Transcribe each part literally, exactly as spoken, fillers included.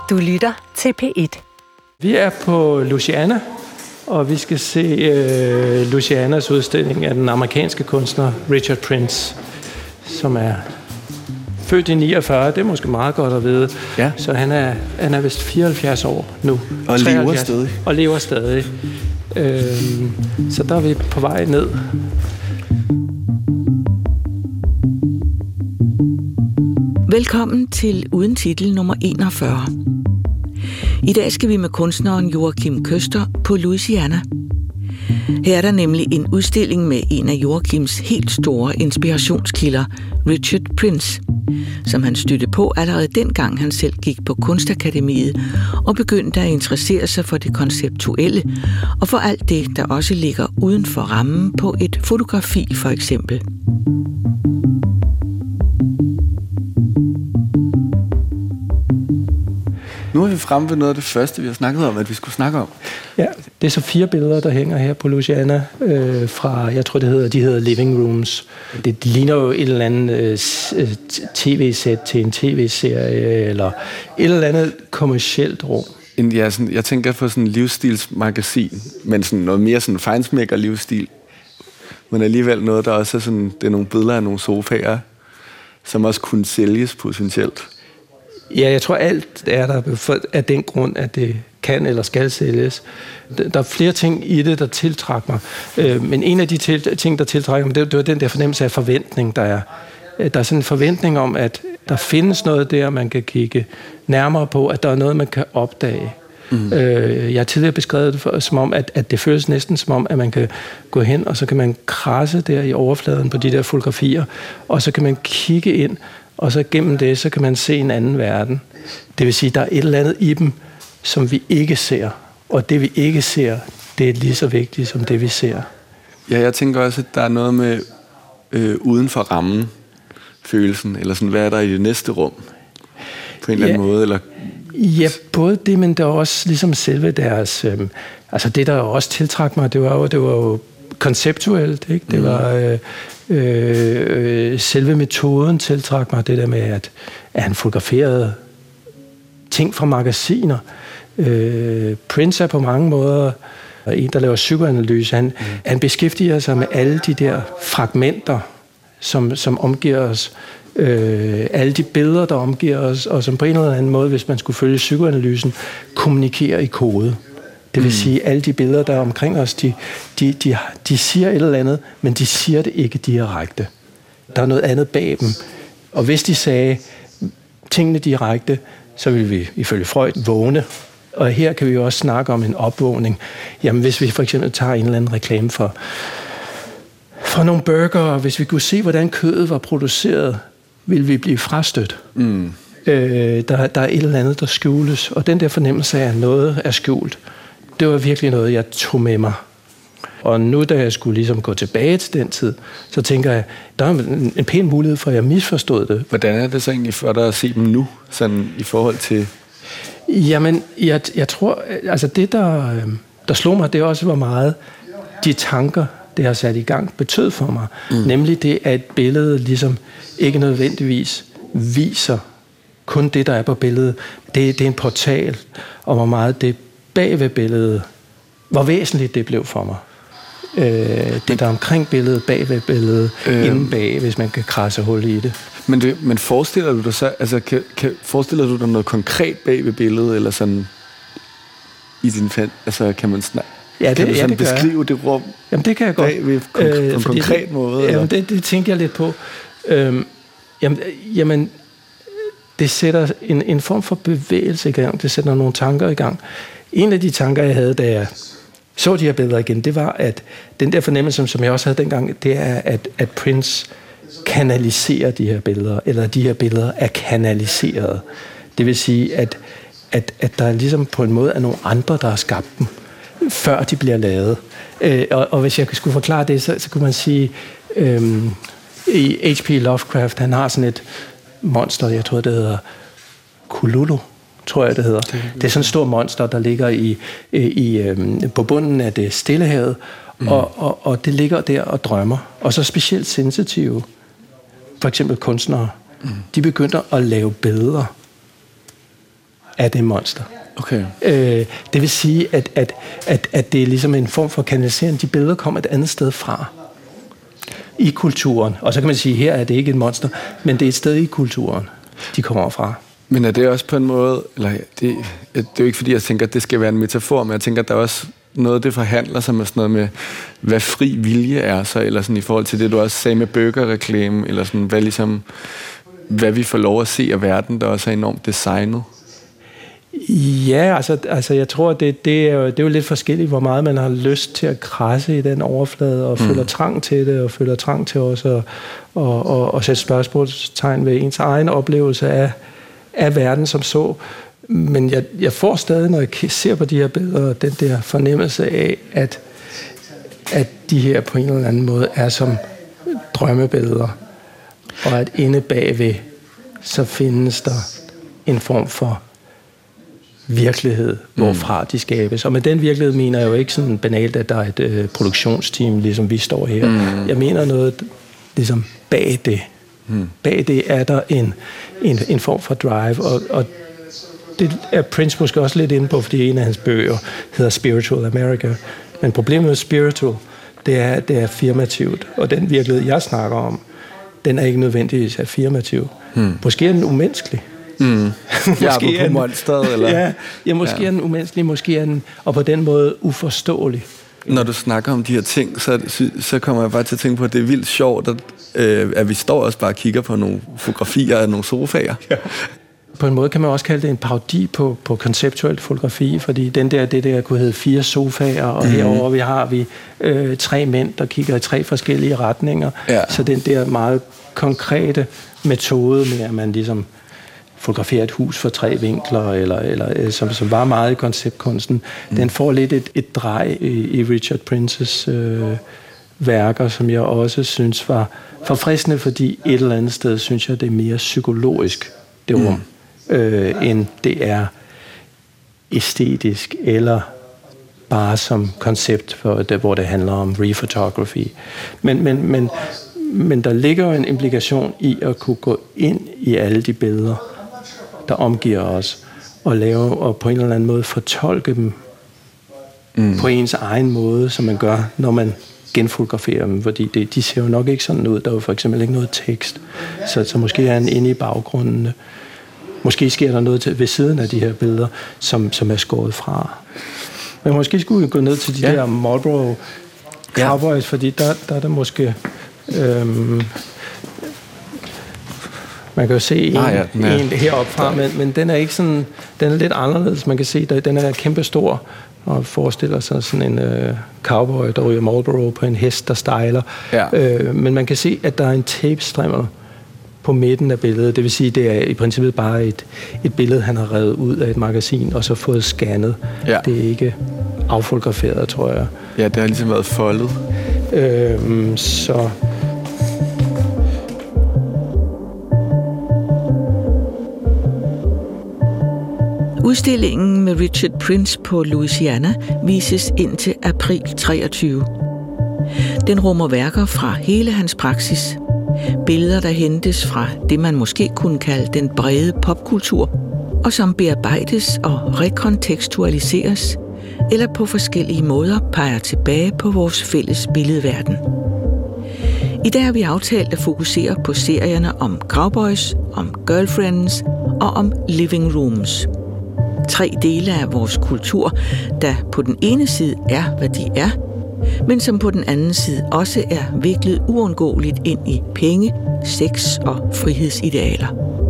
Du lytter til P et. Vi er på Louisiana, og vi skal se øh, Louisianas udstilling af den amerikanske kunstner Richard Prince, som er født i niogfyrre. Det er måske meget godt at vide. Ja. Så han er, han er vist fireoghalvfjerds år nu. Og lever stadig. Og lever stadig. Øh, så der er vi på vej ned. Velkommen til Uden Titel nummer enogfyrre. I dag skal vi med kunstneren Joachim Köster på Louisiana. Her er der nemlig en udstilling med en af Joachims helt store inspirationskilder, Richard Prince, som han stødte på allerede dengang han selv gik på Kunstakademiet og begyndte at interessere sig for det konceptuelle og for alt det, der også ligger uden for rammen på et fotografi for eksempel. Nu er vi fremme ved noget af det første, vi har snakket om, at vi skulle snakke om. Ja, det er så fire billeder, der hænger her på Louisiana, øh, fra, jeg tror det hedder, de hedder living rooms. Det ligner jo et eller andet øh, tv-sæt til en tv-serie, eller et eller andet kommercielt rum. En, ja, sådan, jeg tænker på sådan en livsstilsmagasin, men sådan noget mere sådan feinschmecker-livsstil. Men alligevel noget, der også er sådan, det er nogle billeder af nogle sofaer, som også kunne sælges potentielt. Ja, jeg tror alt er der af den grund, at det kan eller skal sælges. Der er flere ting i det, der tiltrækker mig. Men en af de ting, der tiltrækker mig, det var den der fornemmelse af forventning, der er. Der er sådan en forventning om, at der findes noget der, man kan kigge nærmere på, at der er noget, man kan opdage. Mm. Jeg har tidligere beskrevet det for, som om, at, at det føles næsten som om, at man kan gå hen, og så kan man krasse der i overfladen på de der fotografier, og så kan man kigge ind, og så gennem det, så kan man se en anden verden. Det vil sige, der er et eller andet i dem, som vi ikke ser. Og det, vi ikke ser, det er lige så vigtigt som det, vi ser. Ja, jeg tænker også, at der er noget med øh, uden for rammen, følelsen, eller sådan, hvad er der i det næste rum? På en eller anden ja, måde, eller... Ja, både det, men der er også ligesom selve deres... Øh, altså det, der også tiltrak mig, det var jo, det var jo konceptuelt, ikke? Det var... Øh, Øh, selve metoden tiltrak mig, det der med, at, at han fotograferede ting fra magasiner. Øh, Prince er på mange måder en, der laver psykoanalyse. Han, mm. han beskæftiger sig med alle de der fragmenter, som, som omgiver os. Øh, alle de billeder, der omgiver os, og som på en eller anden måde, hvis man skulle følge psykoanalysen, kommunikerer i kode. Det vil sige, at alle de billeder, der er omkring os, de, de, de, de siger et eller andet, men de siger det ikke direkte. Der er noget andet bag dem. Og hvis de sagde tingene direkte, så ville vi ifølge Freud vågne. Og her kan vi jo også snakke om en opvågning. Jamen hvis vi for eksempel tager en eller anden reklame for, for nogle burger, hvis vi kunne se, hvordan kødet var produceret, ville vi blive frastødt. Mm. Øh, der, der er et eller andet, der skjules. Og den der fornemmelse af, at noget er skjult, det var virkelig noget, jeg tog med mig. Og nu, da jeg skulle ligesom gå tilbage til den tid, så tænker jeg, der er en, en pæn mulighed for, at jeg misforstod det. Hvordan er det så egentlig for dig at se dem nu, sådan i forhold til... Jamen, jeg, jeg tror, altså det, der, der slog mig, det også var meget de tanker, det har sat i gang, betød for mig. Mm. Nemlig det, at et billede ligesom ikke nødvendigvis viser kun det, der er på billedet. Det, det er en portal, og hvor meget det bag ved billedet, hvor væsentligt det blev for mig. Øh, det der omkring billedet, bag ved billedet, øh, inden bag, hvis man kan krasse hul i det. Men, det, men forestiller du dig så, altså kan, kan, forestiller du dig noget konkret bag ved billedet, eller sådan i din fan, altså kan man sådan, ja, det, kan du sådan ja, det beskrive det rum? Jamen det kan jeg godt. Bag ved, kon- øh, på en konkret det, måde? Jamen det, det tænker jeg lidt på. Øhm, jamen, jamen det sætter en, en form for bevægelse i gang, det sætter nogle tanker i gang. En af de tanker, jeg havde, da jeg så de her billeder igen, det var, at den der fornemmelse, som jeg også havde dengang, det er, at, at Prince kanaliserer de her billeder, eller de her billeder er kanaliseret. Det vil sige, at, at, at der ligesom på en måde er nogle andre, der har skabt dem, før de bliver lavet. Øh, og, og hvis jeg skulle forklare det, så, så kunne man sige, øh, i H P Lovecraft, han har sådan et monster, jeg tror, det hedder Cthulhu, tror jeg, det hedder. Det, det er sådan et stort monster, der ligger i, i, øhm, på bunden af det Stillehavet, mm. og, og, og det ligger der og drømmer. Og så specielt sensitive, for eksempel kunstnere, mm. de begynder at lave billeder af det monster. Okay. Øh, det vil sige, at, at, at, at det er ligesom en form for kanalisering. De billeder kommer et andet sted fra i kulturen. Og så kan man sige, her er det ikke et monster, men det er et sted i kulturen, de kommer fra. Men er det også på en måde, eller det, det er jo ikke fordi, jeg tænker, at det skal være en metafor, men jeg tænker, at der er også noget, det forhandler sig med sådan noget med, hvad fri vilje er så, eller sådan i forhold til det, du også sagde med burgerreklame, eller sådan, hvad ligesom, hvad vi får lov at se af verden, der også er enormt designet. Ja, altså, altså jeg tror, det, det, er jo, det er jo lidt forskelligt, hvor meget man har lyst til at krasse i den overflade, og mm. føler trang til det, og føler trang til også at og, og, og sætte spørgsmålstegn ved ens egen oplevelse af, af verden som så. Men jeg, jeg får stadig, når jeg ser på de her billeder, den der fornemmelse af, at, at de her på en eller anden måde er som drømmebilleder, og at inde bagved, så findes der en form for virkelighed, hvorfra de skabes. Og med den virkelighed mener jeg jo ikke sådan banalt, at der er et øh, produktionsteam, ligesom vi står her. Mm. Jeg mener noget ligesom bag det. Mm. Bag det er der en, en, en form for drive, og, og det er Prince måske også lidt inde på, fordi en af hans bøger hedder Spiritual America. Men problemet med spiritual, det er, det er affirmativt, og den virkelighed, jeg snakker om, den er ikke nødvendigvis affirmativ. Mm. Måske er den umenneskelig. Mm. måske ja, på monsteret, eller? Ja, ja, måske ja. er den umenneskelig, måske er den, og på den måde uforståelig. Når du snakker om de her ting, så, så kommer jeg bare til at tænke på, at det er vildt sjovt, at, øh, at vi står også bare og kigger på nogle fotografier af nogle sofaer. Ja. På en måde kan man også kalde det en parodi på, på konceptuelt fotografi, fordi den der, det der kunne hedde fire sofaer, og mm. herover vi har vi øh, tre mænd, der kigger i tre forskellige retninger. Ja. Så den der meget konkrete metode med, at man ligesom fotograferer et hus for tre vinkler, eller, eller som, som var meget i konceptkunsten, mm. den får lidt et, et drej i, i Richard Princes øh, værker, som jeg også synes var forfriskende, fordi et eller andet sted synes jeg, det er mere psykologisk, det rum, mm. øh, end det er æstetisk, eller bare som koncept, for det, hvor det handler om rephotography. Men, men, men, men der ligger jo en implikation i at kunne gå ind i alle de billeder, der omgiver os, og lave og på en eller anden måde fortolke dem mm. på ens egen måde, som man gør, når man genfotograferer dem, fordi det, de ser jo nok ikke sådan ud. Der er jo for eksempel ikke noget tekst, så, så måske er den inde i baggrunden. Måske sker der noget til, ved siden af de her billeder, som, som er skåret fra. Men måske skulle vi gå ned til de ja. der Marlboro Cowboys, ja. fordi der, der er der måske øhm, man kan jo se en, ah, ja, en heroppe fra, men, men den er ikke sådan, den er lidt anderledes. Man kan se, at den er kæmpe stor, og forestiller sig sådan en øh, cowboy, der ryger Marlboro på en hest, der stejler. Ja. Øh, men man kan se, at der er en tape-strimmer på midten af billedet. Det vil sige, det er i princippet bare et, et billede, han har revet ud af et magasin, og så fået scannet. Ja. Det er ikke affotograferet, tror jeg. Ja, det har ligesom været foldet. Øh, så... Udstillingen med Richard Prince på Louisiana vises indtil april treogtyve. Den rummer værker fra hele hans praksis. Billeder, der hentes fra det, man måske kunne kalde den brede popkultur, og som bearbejdes og rekontekstualiseres, eller på forskellige måder peger tilbage på vores fælles billedverden. I dag har vi aftalt at fokusere på serierne om cowboys, om girlfriends og om living rooms. Tre dele af vores kultur, der på den ene side er, hvad de er, men som på den anden side også er viklet uundgåeligt ind i penge, sex og frihedsidealer.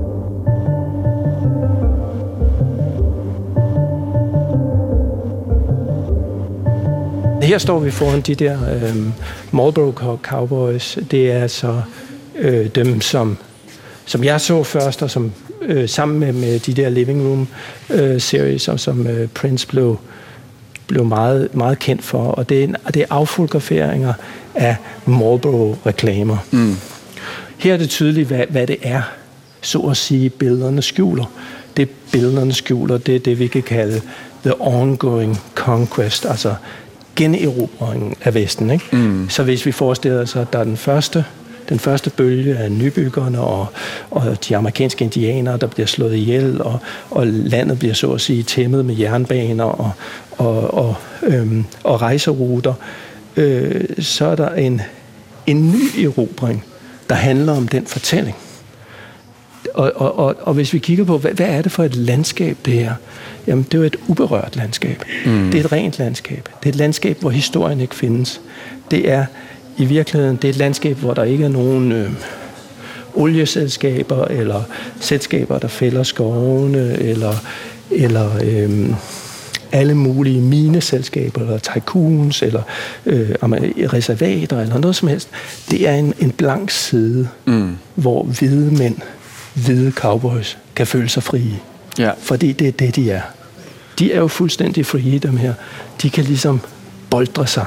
Her står vi foran de der øh, Marlboro Cowboys. Det er så øh, dem, som, som jeg så først, og som øh, sammen med, med de der Living Room øh, series, som, som øh, Prince blev, blev meget, meget kendt for. Og det er, det er affotograferinger af Marlboro-reklamer. Mm. Her er det tydeligt, hvad, hvad det er, så at sige, billederne skjuler. Det billederne skjuler, det er det, vi kan kalde the ongoing conquest, altså generobringen af Vesten. Ikke? Mm. Så hvis vi forestiller os, at der er den første, den første bølge af nybyggerne og, og de amerikanske indianere, der bliver slået ihjel, og, og landet bliver så at sige tæmmet med jernbaner og, og, og, øhm, og rejseruter, øh, så er der en, en ny erobring, der handler om den fortælling. Og, og, og, og hvis vi kigger på, hvad, hvad er det for et landskab, det her? Jamen, det er jo et uberørt landskab. Mm. Det er et rent landskab. Det er et landskab, hvor historien ikke findes. Det er i virkeligheden, det er et landskab, hvor der ikke er nogen øh, olieselskaber, eller selskaber, der fælder skovene, eller, eller øh, alle mulige mineselskaber, eller tycoons, eller øh, reservater, eller noget som helst. Det er en, en blank side, mm. hvor hvide mænd, hvide cowboys, kan føle sig frie. Ja. Fordi det er det, de er. De er jo fuldstændig frie, dem her. De kan ligesom boldre sig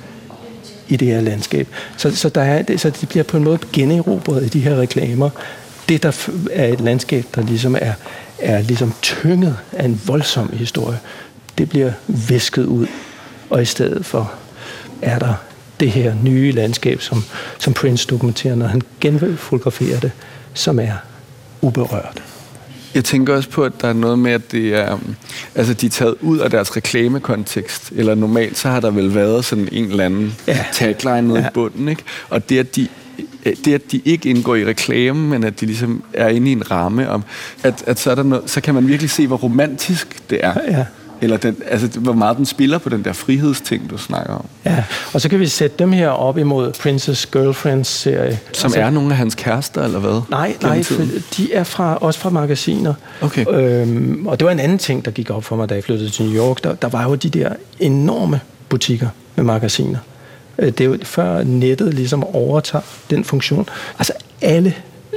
i det her landskab. Så, så, der er, så det bliver på en måde generobret i de her reklamer. Det, der er et landskab, der ligesom er, er ligesom tynget af en voldsom historie, det bliver visket ud. Og i stedet for er der det her nye landskab, som, som Prince dokumenterer, når han genfotograferer det, som er uberørt. Jeg tænker også på, at der er noget med, at det er, altså de er taget ud af deres reklamekontekst, eller normalt så har der vel været sådan en eller anden ja. tagline nede ja. i bunden, ikke? Og det at, de, det, at de ikke indgår i reklame, men at de ligesom er inde i en ramme, om, at, at så, er der noget, så kan man virkelig se, hvor romantisk det er. Ja. Eller den, altså, hvor meget den spiller på den der frihedsting, du snakker om. Ja, og så kan vi sætte dem her op imod Prince's Girlfriends-serie. Som altså, er nogle af hans kærester, eller hvad? Nej, nej, de er fra, også fra magasiner. Okay. Øhm, og det var en anden ting, der gik op for mig, da jeg flyttede til New York. Der, der var jo de der enorme butikker med magasiner. Det er jo før nettet ligesom overtager den funktion. Altså alle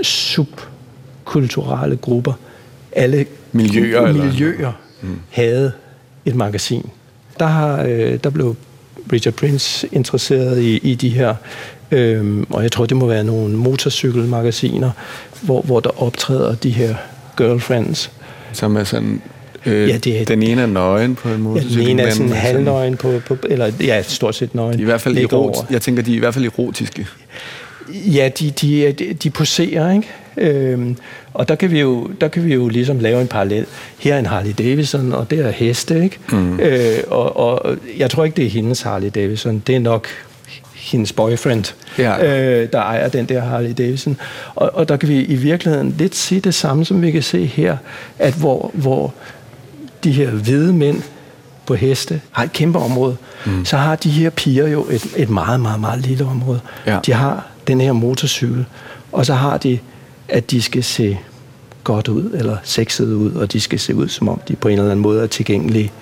subkulturelle grupper, alle miljøer, miljøer mm. havde et magasin. Der, har, øh, der blev Richard Prince interesseret i, i de her, øh, og jeg tror, det må være nogle motorcykelmagasiner, hvor, hvor der optræder de her girlfriends. Som er sådan, øh, ja, det er, den ene er nøgen på en motorcykel. Ja, den ene er sådan halvnøgen på, på, eller ja, stort set nøgen. De er i hvert fald erot, jeg tænker, de er i hvert fald erotiske. Ja, de, de, de poserer, ikke? Øhm, og der kan, vi jo, der kan vi jo ligesom lave en parallel. Her er en Harley Davidson, og det er heste, ikke? Mm. Øh, og, og jeg tror ikke, det er hendes Harley Davidson. Det er nok hendes boyfriend, ja. øh, der ejer den der Harley Davidson. Og, og der kan vi i virkeligheden lidt se det samme, som vi kan se her, at hvor, hvor de her hvide mænd på heste har et kæmpe område, mm. så har de her piger jo et, et meget, meget, meget lille område. Ja. De har den her motorcykel, og så har de, at de skal se godt ud, eller sexede ud, og de skal se ud, som om de på en eller anden måde er tilgængelige.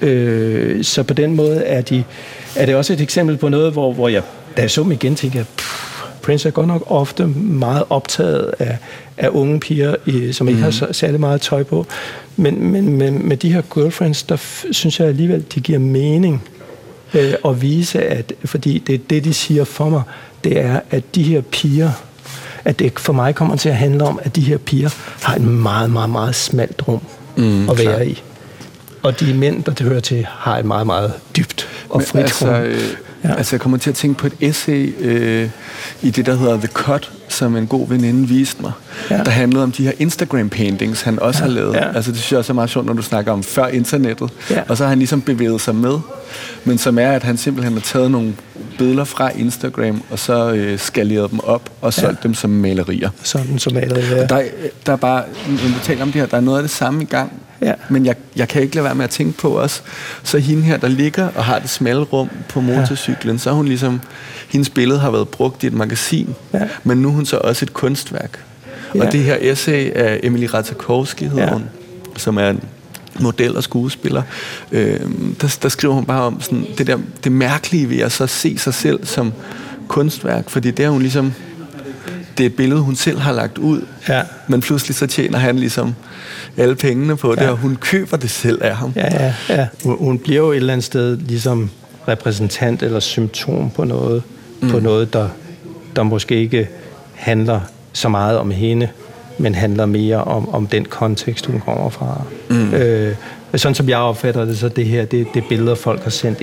Øh, så på den måde er, de, er det også et eksempel på noget, hvor, hvor jeg, da jeg så dem igen, tænkte jeg, pff, Prince er godt nok ofte meget optaget af, af unge piger, som ikke mm. har særlig meget tøj på. Men, men med, med de her girlfriends, der f- synes jeg alligevel, de giver mening øh, at vise, at, fordi det, det, de siger for mig, det er, at de her piger, at det for mig kommer til at handle om, at de her piger har et meget, meget, meget smalt rum mm, at være klar. i. Og de mænd, der det hører til, har et meget, meget dybt og frit altså, rum. Øh, ja. Altså, jeg kommer til at tænke på et essay øh, i det, der hedder The Cut, som en god veninde viste mig, ja. der handlede om de her Instagram-paintings, han også ja. har lavet. Ja. Altså, det synes jeg også er meget sjovt, når du snakker om før internettet. Ja. Og så har han ligesom bevæget sig med. Men som er, at han simpelthen har taget nogle billeder fra Instagram, og så øh, skaleret dem op, og solgt ja. dem som malerier. Sådan som malerier, ja. Og der, der er bare, når du taler om det her, der er noget af det samme i gang. Ja. Men jeg, jeg kan ikke lade være med at tænke på også, så hende her, der ligger og har det smalle rum på motorcyklen, ja. så er hun ligesom, hendes billede har været brugt i et magasin, ja. men nu er hun så også et kunstværk. Ja. Og det her essay af Emily Ratajkowski, hedder ja. hun, som er en model og skuespiller, øh, der, der skriver hun bare om sådan, det, der, det mærkelige ved at så se sig selv som kunstværk, fordi det er hun ligesom, det er et billede, hun selv har lagt ud, ja. men pludselig så tjener han ligesom alle pengene på det, ja. og hun køber det selv af ham. Ja, ja, ja. Hun bliver jo et eller andet sted ligesom repræsentant eller symptom på noget, mm. på noget der, der måske ikke handler så meget om hende, men handler mere om, om den kontekst, hun kommer fra. Mm. Øh, sådan som jeg opfatter det, så det her, det, det billeder, folk har sendt ind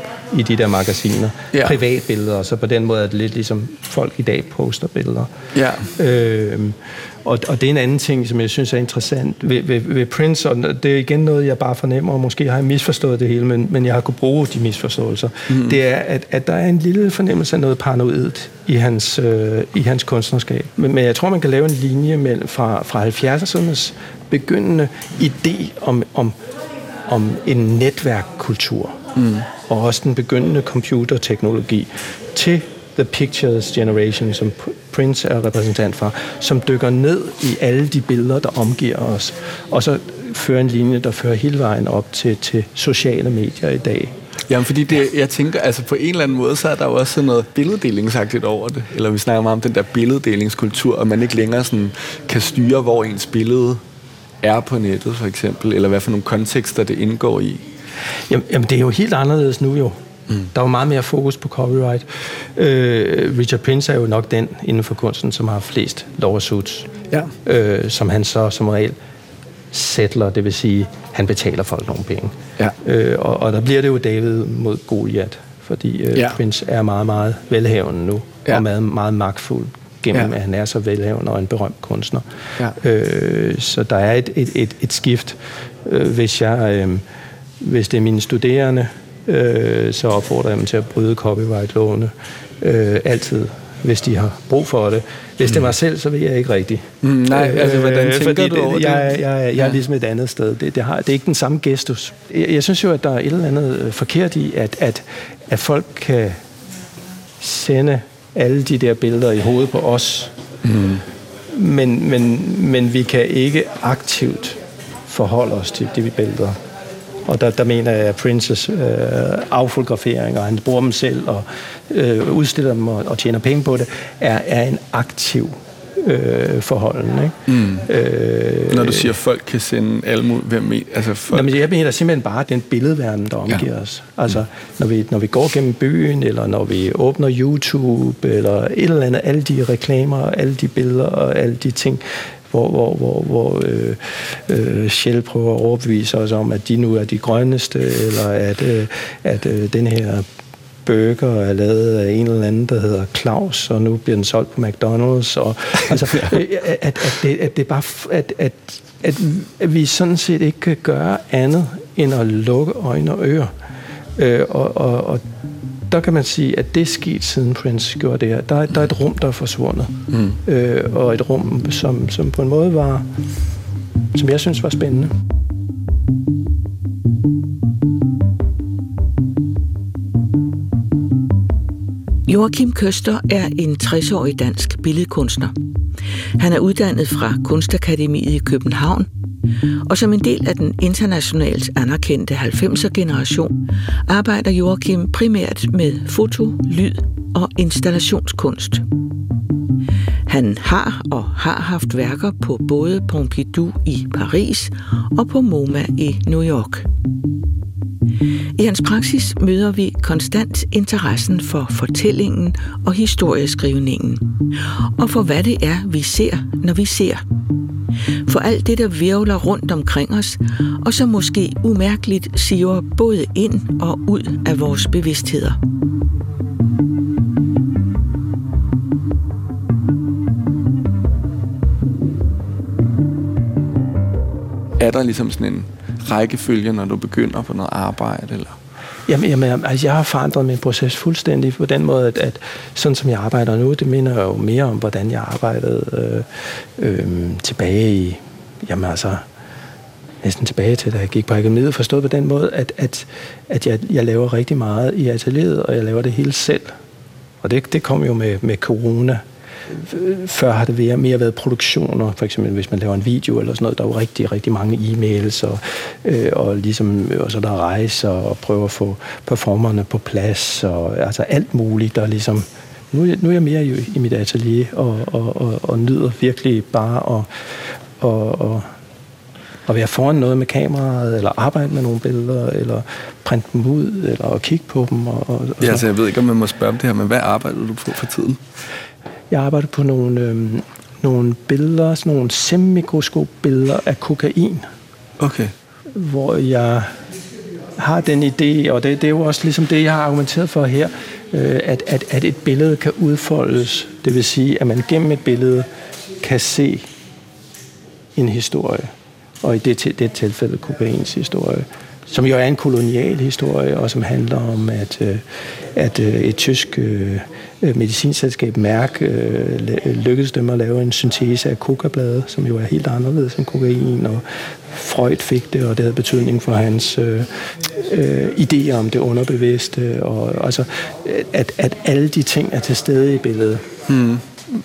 i de der magasiner. Ja. Privatbilleder, så på den måde er det lidt ligesom folk i dag poster billeder. Ja. Øh, og, og det er en anden ting, som jeg synes er interessant ved, ved, ved Prince, og det er igen noget, jeg bare fornemmer, og måske har jeg misforstået det hele, men, men jeg har kunnet bruge de misforståelser. Mm. Det er, at, at der er en lille fornemmelse af noget paranoidt i hans, øh, i hans kunstnerskab. Men, men jeg tror, man kan lave en linje mellem, fra, fra halvfjerdsernes begyndende idé om, om, om en netværkkultur, mm. og også den begyndende computerteknologi, til The Pictures Generation, som Prince er repræsentant for, som dykker ned i alle de billeder, der omgiver os, og så fører en linje, der fører hele vejen op til, til sociale medier i dag. Jamen, fordi det, jeg tænker, altså på en eller anden måde, så er der jo også sådan noget billeddelingsagtigt over det. Eller vi snakker meget om den der billeddelingskultur, og man ikke længere sådan kan styre, hvor ens billede er på nettet, for eksempel, eller hvad for nogle kontekster det indgår i. Jamen, jamen det er jo helt anderledes nu jo. Mm. Der er jo meget mere fokus på copyright. Øh, Richard Prince er jo nok den inden for kunsten, som har flest lawsuits, ja. øh, som han så som regel settler, det vil sige, han betaler folk nogle penge. Ja. Øh, og, og der bliver det jo David mod Goliat, fordi øh, ja. Prince er meget, meget velhavende nu, ja. og meget, meget magtfuld gennem, ja. at han er så velhavende og en berømt kunstner. Ja. Øh, så der er et, et, et, et skift. Øh, hvis, jeg, øh, hvis det er mine studerende, øh, så opfordrer jeg dem til at bryde copyright-lovene øh, altid, hvis de har brug for det. Hvis det er mig selv, så ved jeg ikke rigtigt. Mm, nej, altså hvordan tænker Fordi du over det? det? Jeg, jeg, jeg, jeg er ligesom et andet sted. Det, det, har, det er ikke den samme gestus. Jeg, jeg synes jo, at der er et eller andet forkert i, at, at, at folk kan sende alle de der billeder i hovedet på os. Mm. Men, men, men vi kan ikke aktivt forholde os til de billeder. Og der, der mener jeg, at Princes øh, affotografering, og han bruger dem selv og øh, udstiller dem og, og tjener penge på det, er, er en aktiv øh, forholden. Ikke? Mm. Øh, Når du siger, at folk kan sende alle mulige, hvem mener? Altså folk... Jamen, jeg mener simpelthen bare den billedverden, der omgiver ja. os. Altså, mm. når, vi, når vi går gennem byen, eller når vi åbner YouTube, eller et eller andet, alle de reklamer, alle de billeder og alle de ting, hvor, hvor, hvor, hvor øh, øh, Shell prøver at overbevise os om, at de nu er de grønneste, eller at, øh, at øh, den her burger er lavet af en eller anden, der hedder Claus, og nu bliver den solgt på McDonald's. Og, altså, at, at, det, at det bare... At, at, at, at vi sådan set ikke kan gøre andet, end at lukke øjne og ører. Øh, og, og, og der kan man sige, at det er sket siden Prince gjorde det her. Der, der er et rum, der er forsvundet. Mm. Øh, og et rum, som, som på en måde var, som jeg synes var spændende. Joachim Køster er en tres-årig dansk billedkunstner. Han er uddannet fra Kunstakademiet i København, og som en del af den internationalt anerkendte halvfemser-generation arbejder Joachim primært med foto, lyd og installationskunst. Han har og har haft værker på både Pompidou i Paris og på MoMA i New York. I hans praksis møder vi konstant interessen for fortællingen og historieskrivningen, og for hvad det er, vi ser, når vi ser. For alt det, der hvirvler rundt omkring os, og som måske umærkeligt siver både ind og ud af vores bevidstheder. Er der ligesom sådan en rækkefølge, når du begynder på noget arbejde, eller? Jamen, jamen altså, jeg har forandret min proces fuldstændig på den måde, at, at sådan som jeg arbejder nu, det minder jo mere om, hvordan jeg arbejdede øh, øh, tilbage i, jamen altså, næsten tilbage til, da jeg gik på akademiet, forstået på den måde, at, at, at jeg, jeg laver rigtig meget i atelieret, og jeg laver det hele selv. Og det, det kom jo med, med corona. Før har det mere været produktioner, for eksempel hvis man laver en video eller sådan noget, der er jo rigtig, rigtig mange e-mails, og, øh, og, ligesom, og så der er rejser, og prøve at få performerne på plads, og altså alt muligt, der ligesom... Nu, nu er jeg mere i, i mit atelier, og, og, og, og nyder virkelig bare at, og, og, at være foran noget med kameraet, eller arbejde med nogle billeder, eller printe dem ud, eller at kigge på dem. Og, og, ja, altså jeg ved ikke, om man må spørge om det her, men hvad arbejder du på for tiden? Jeg arbejder på nogle, øh, nogle billeder, sådan nogle semmikroskopbilleder af kokain. Okay. Hvor jeg har den idé, og det, det er jo også ligesom det, jeg har argumenteret for her, øh, at, at, at et billede kan udfoldes. Det vil sige, at man gennem et billede kan se en historie, og i det, det tilfælde kokains historie, som jo er en kolonial historie, og som handler om, at, at et tysk medicinselskab, Merck, lykkedes dem at lave en syntese af kokablade, som jo er helt anderledes end kokain, og Freud fik det, og det havde betydning for hans øh, øh, idéer om det underbevidste, og altså, at, at alle de ting er til stede i billedet. Hmm.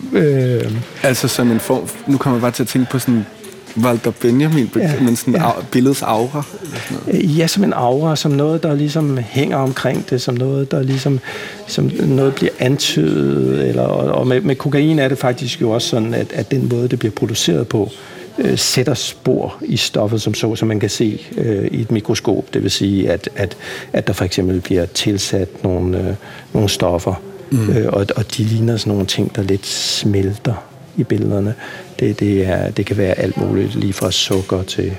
Øh. Altså som en form, nu kommer jeg bare til at tænke på sådan Walter Benjamin, ja, men sådan ja. billedets aura? Ja, som en aura, som noget, der ligesom hænger omkring det, som noget, der ligesom som noget bliver antydet. Eller, og med, med kokain er det faktisk jo også sådan, at, at den måde, det bliver produceret på, øh, sætter spor i stoffet, som så, som man kan se øh, i et mikroskop. Det vil sige, at, at, at der for eksempel bliver tilsat nogle, øh, nogle stoffer, mm. øh, og, og de ligner sådan nogle ting, der lidt smelter i billederne. Det, det, er, det kan være alt muligt, lige fra sukker til...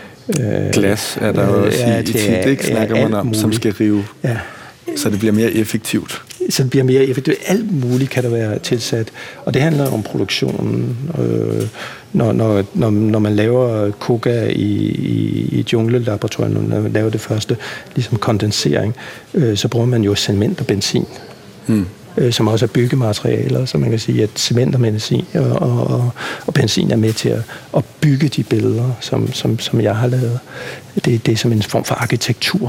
Øh, Glas er der jo også ja, i tit, ikke? Snakker man om, muligt. Som skal rive, ja. Så det bliver mere effektivt. Så det bliver mere effektivt. Alt muligt kan der være tilsat. Og det handler om produktionen. Øh, når, når, når, når man laver coca i, i, i junglelaboratoriet, når man laver det første, ligesom kondensering, øh, så bruger man jo cement og benzin. Hmm. Som også er byggematerialer, så man kan sige, at cement og benzin, og, og, og benzin er med til at, at bygge de billeder, som, som, som jeg har lavet. Det, det er som en form for arkitektur,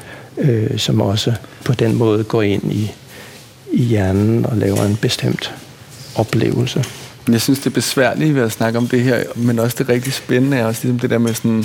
øh, som også på den måde går ind i, i hjernen og laver en bestemt oplevelse. Jeg synes, det er besværligt ved at snakke om det her, men også det rigtig spændende er også ligesom det der med sådan,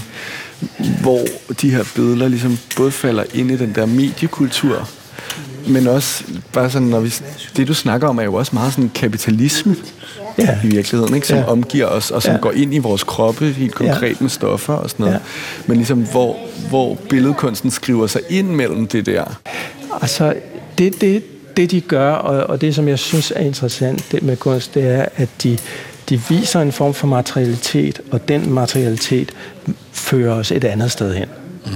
hvor de her billeder ligesom både falder ind i den der mediekultur, men også bare sådan, når vi, det du snakker om er jo også meget sådan kapitalisme ja. i virkeligheden, ikke? Som ja. omgiver os, og som ja. går ind i vores kroppe helt konkret ja. med stoffer og sådan noget. Ja. Men ligesom, hvor, hvor billedkunsten skriver sig ind mellem det der. Altså, det, det, det de gør, og, og det som jeg synes er interessant det med kunst, det er, at de, de viser en form for materialitet, og den materialitet fører os et andet sted hen. Mm.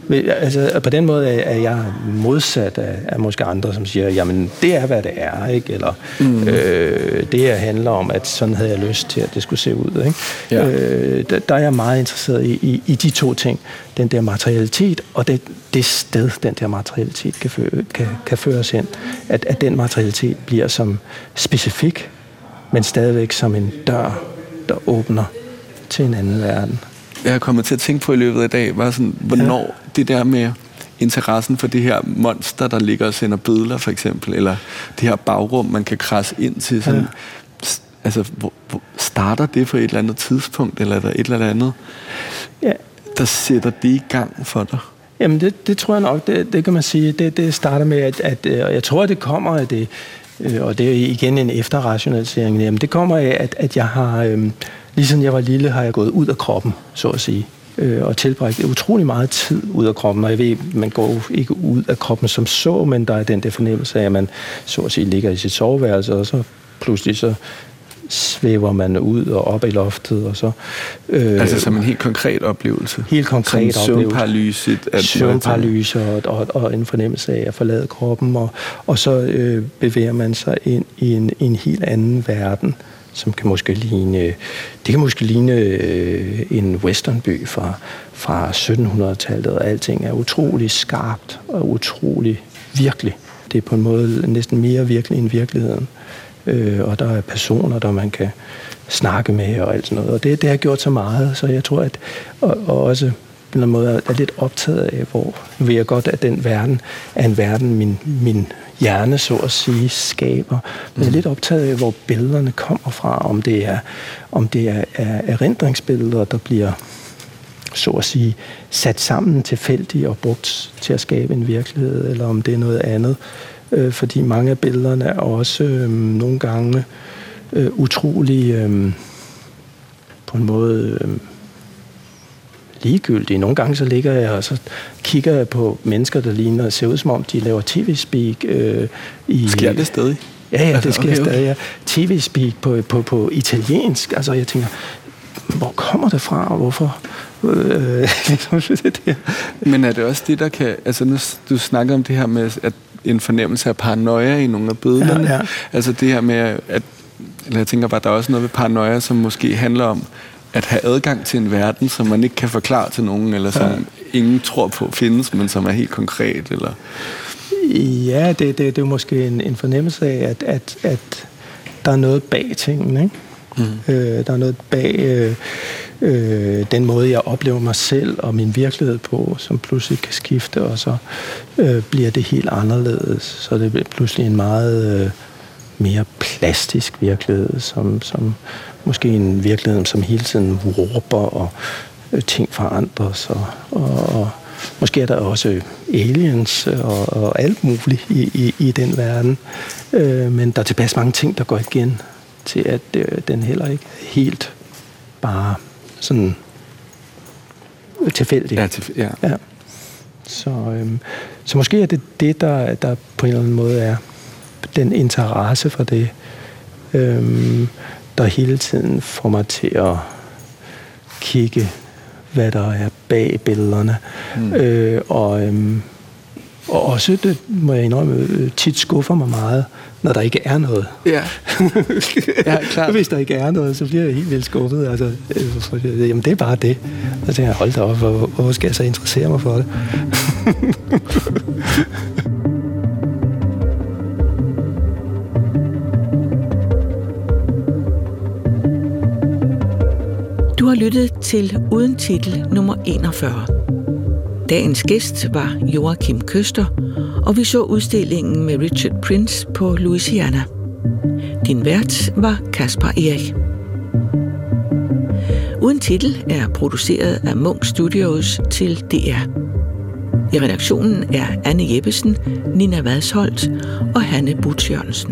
Altså, på den måde er jeg modsat af, af måske andre, som siger, jamen, det er, hvad det er, ikke? Eller mm. øh, det her handler om, at sådan havde jeg lyst til, at det skulle se ud, ikke? Ja. Øh, der, der er jeg meget interesseret i, i, i de to ting. Den der materialitet, og det, det sted, den der materialitet kan, føre, kan, kan føres hen. At, at den materialitet bliver som specifik, men stadigvæk som en dør, der åbner til en anden verden. Jeg har kommet til at tænke på i løbet af dag, var sådan, hvornår ja. det der med interessen for det her monster, der ligger og sender billeder, for eksempel, eller det her bagrum, man kan krasse ind til, sådan, ja. altså, hvor, hvor starter det på et eller andet tidspunkt, eller er der et eller andet, ja. der sætter det i gang for dig? Jamen, det, det tror jeg nok, det, det kan man sige. Det, det starter med, at, at og jeg tror, at det kommer af det, og det er igen en efterrationalisering, jamen, det kommer af, at, at jeg har... Øhm, Ligesom jeg var lille, har jeg gået ud af kroppen, så at sige, øh, og tilbragt utrolig meget tid ud af kroppen. Og jeg ved, man går jo ikke ud af kroppen som så, men der er den der fornemmelse af, at man så at sige ligger i sit soveværelse, og så pludselig så svæver man ud og op i loftet, og så... Øh, altså som en helt konkret oplevelse? Helt konkret oplevelse. Søvnparalyse? Søvnparalyse og, og, og en fornemmelse af at forlade kroppen, og, og så øh, bevæger man sig ind i en, en helt anden verden, som kan måske ligne, det kan måske ligne øh, en westernby fra, fra sytten hundrede-tallet, og alting er utrolig skarpt og utrolig virkelig. Det er på en måde næsten mere virkelig end virkeligheden. Øh, og der er personer, der man kan snakke med og alt sådan noget. Og det, det har gjort så meget, så jeg tror, at og, og også på en måde er lidt optaget af, hvor nu ved jeg godt, at den verden er en verden, min, min hjerne, så at sige, skaber. Men jeg er lidt optaget af, hvor billederne kommer fra, om det er, om det er, er erindringsbilleder, der bliver, så at sige, sat sammen tilfældigt og brugt til at skabe en virkelighed, eller om det er noget andet. Øh, fordi mange af billederne er også øh, nogle gange øh, utrolig øh, på en måde... Øh, ligegyldige. Nogle gange så ligger jeg og så kigger jeg på mennesker, der ligner og ser ud som om, de laver tv-speak. Øh, i, sker det stadig? Ja, ja, det sker okay, okay. stadig. Ja. tv-speak på, på, på italiensk. Altså, jeg tænker, hvor kommer det fra, og hvorfor, Øh, det der. Men er det også det, der kan... Altså, nu, du snakker om det her med, at en fornemmelse af paranoia i nogle af billederne. Ja, ja. Altså det her med, at... Eller jeg tænker bare, der er også noget ved paranoia, som måske handler om at have adgang til en verden, som man ikke kan forklare til nogen, eller som ja. ingen tror på findes, men som er helt konkret, eller... Ja, det, det, det er jo måske en, en fornemmelse af, at, at, at der er noget bag tingene, ikke? Mm. Øh, der er noget bag øh, øh, den måde, jeg oplever mig selv og min virkelighed på, som pludselig kan skifte, og så øh, bliver det helt anderledes. Så det bliver pludselig en meget øh, mere plastisk virkelighed, som, som måske en virkelighed, som hele tiden warper, og øh, ting forandres, og, og, og måske er der også aliens og, og alt muligt i, i, i den verden. Øh, men der er tilbage mange ting, der går igen til, at øh, den heller ikke helt bare sådan tilfældig. Ja, tilf- ja. ja. Så, øh, så måske er det det, der, der på en eller anden måde er den interesse for det, øh, der hele tiden får mig til at kigge, hvad der er bag billederne. Mm. Øh, og, øhm, og også, det må jeg indrømme, tit skuffer mig meget, når der ikke er noget. Ja, ja klart. Hvis der ikke er noget, så bliver jeg helt vildt skuffet. Altså, øh, jamen, det er bare det. Så tænker jeg, hold da op, hvor, hvor skal jeg så interessere mig for det? Du har lyttet til Uden titel nummer enogfyrre. Dagens gæst var Joachim Køster, og vi så udstillingen med Richard Prince på Louisiana. Din vært var Kasper Erik. Uden titel er produceret af Munk Studios til D R. I redaktionen er Anne Jeppesen, Nina Vadsholt og Hanne Butz Jørgensen.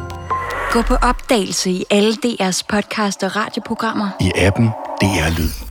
Gå på opdagelse i alle D R's podcast og radioprogrammer. I appen D R Lyd.